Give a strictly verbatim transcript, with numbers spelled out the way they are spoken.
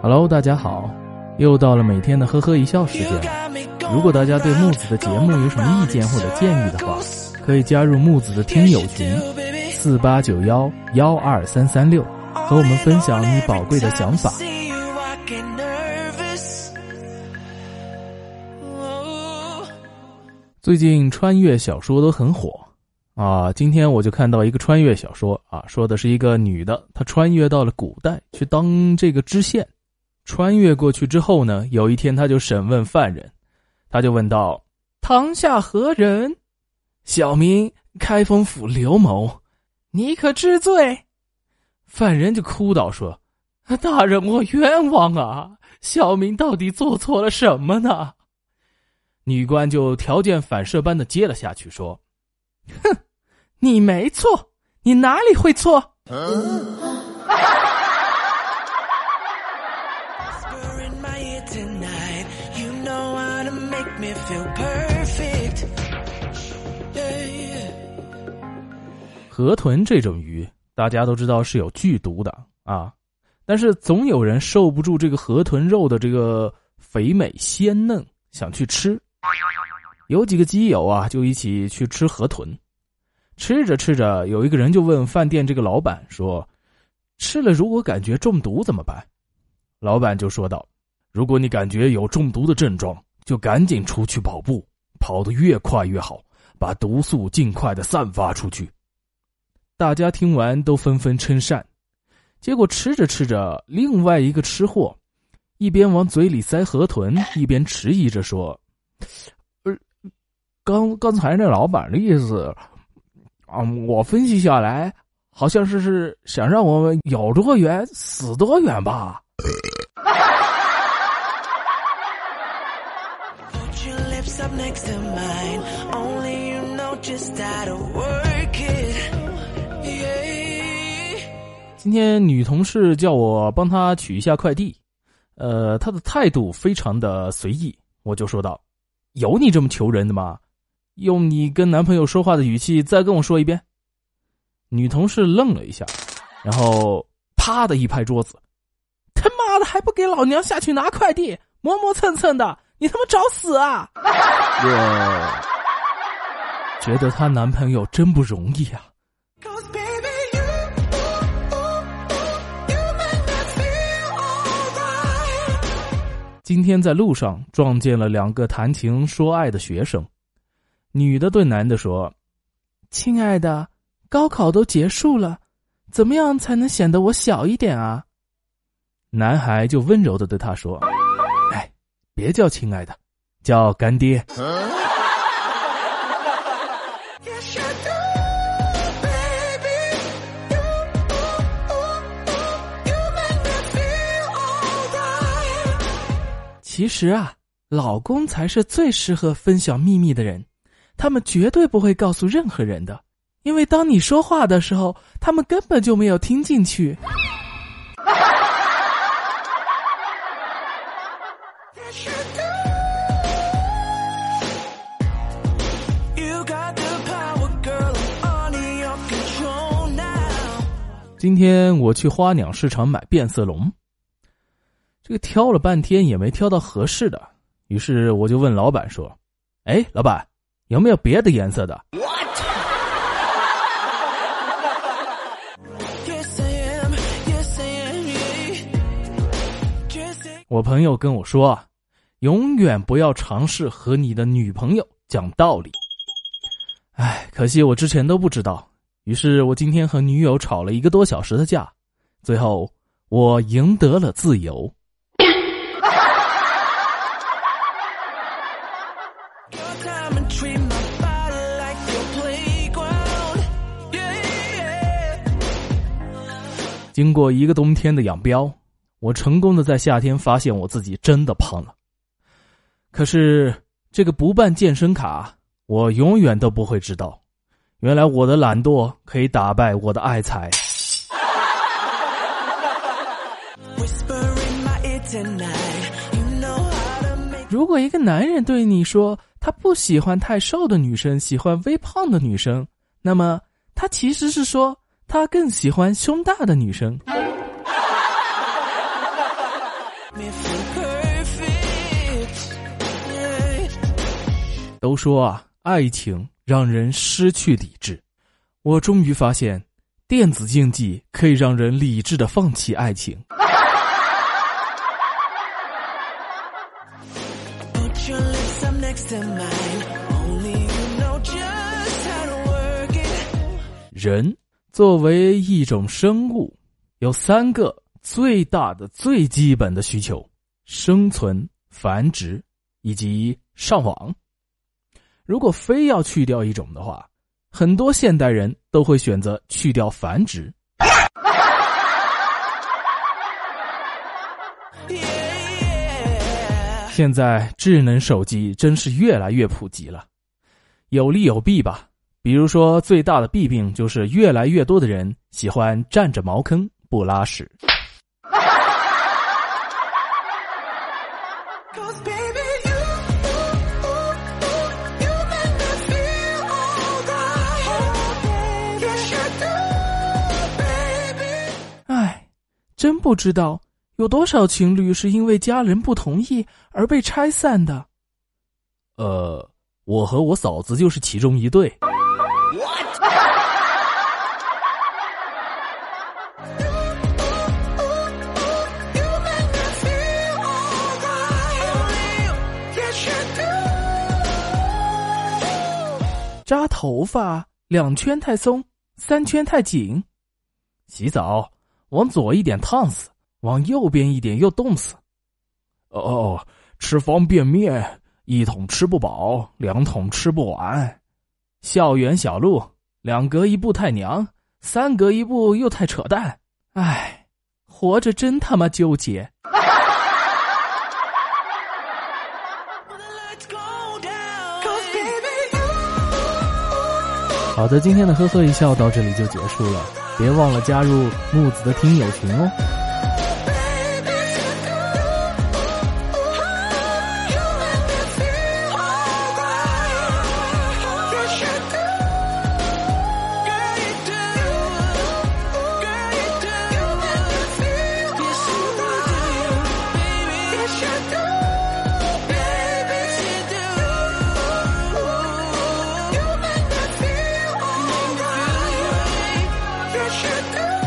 Hello， 大家好，又到了每天的呵呵一笑时间。如果大家对木子的节目有什么意见或者建议的话，可以加入木子的听友群四八九幺幺二三三六，和我们分享你宝贵的想法。最近穿越小说都很火啊，今天我就看到一个穿越小说啊，说的是一个女的，她穿越到了古代去当这个知县。穿越过去之后呢，有一天她就审问犯人，她就问道：堂下何人？小民开封府刘某，你可知罪？犯人就哭道说：大人我冤枉啊，小民到底做错了什么呢？女官就条件反射般的接了下去说：哼，你没错，你哪里会错？河豚这种鱼大家都知道是有剧毒的啊，但是总有人受不住这个河豚肉的这个肥美鲜嫩，想去吃。有几个基友啊就一起去吃河豚，吃着吃着，有一个人就问饭店这个老板说：吃了如果感觉中毒怎么办？老板就说道：如果你感觉有中毒的症状，就赶紧出去跑步，跑得越快越好，把毒素尽快的散发出去。大家听完都纷纷称善，结果吃着吃着，另外一个吃货一边往嘴里塞河豚，一边迟疑着说：呃，刚刚才那老板的意思啊，我分析下来好像是是想让我们有多远死多远吧。今天女同事叫我帮她取一下快递，呃，她的态度非常的随意，我就说道：有你这么求人的吗？用你跟男朋友说话的语气再跟我说一遍。女同事愣了一下，然后啪的一拍桌子：他妈的还不给老娘下去拿快递，磨磨蹭蹭的，你他妈找死啊！我觉得她男朋友真不容易啊。今天在路上撞见了两个谈情说爱的学生，女的对男的说：亲爱的，高考都结束了，怎么样才能显得我小一点啊？男孩就温柔地对她说：哎，别叫亲爱的，叫干爹。其实啊，老公才是最适合分享秘密的人，他们绝对不会告诉任何人的，因为当你说话的时候，他们根本就没有听进去。今天我去花鸟市场买变色龙，这个挑了半天也没挑到合适的，于是我就问老板说：哎，老板，有没有别的颜色的？ What? 我朋友跟我说啊，永远不要尝试和你的女朋友讲道理。哎，可惜我之前都不知道，于是我今天和女友吵了一个多小时的架，最后我赢得了自由。经过一个冬天的养膘，我成功的在夏天发现我自己真的胖了。可是这个不办健身卡，我永远都不会知道，原来我的懒惰可以打败我的爱财。如果一个男人对你说他不喜欢太瘦的女生，喜欢微胖的女生，那么他其实是说他更喜欢胸大的女生。 都说啊，爱情让人失去理智。我终于发现，电子竞技可以让人理智的放弃爱情。人作为一种生物，有三个最大的最基本的需求：生存、繁殖以及上网。如果非要去掉一种的话，很多现代人都会选择去掉繁殖。现在智能手机真是越来越普及了，有利有弊吧。比如说最大的弊病就是越来越多的人喜欢占着茅坑不拉屎。唉，真不知道有多少情侣是因为家人不同意而被拆散的。呃，我和我嫂子就是其中一对。扎头发，两圈太松，三圈太紧。洗澡，往左一点烫死，往右边一点又冻死。哦，吃方便面，一桶吃不饱，两桶吃不完。校园小路，两隔一步太娘，三隔一步又太扯淡。唉，活着真他妈纠结。好的，今天的呵呵一笑到这里就结束了，别忘了加入木子的听友群哦。 Yes, you do.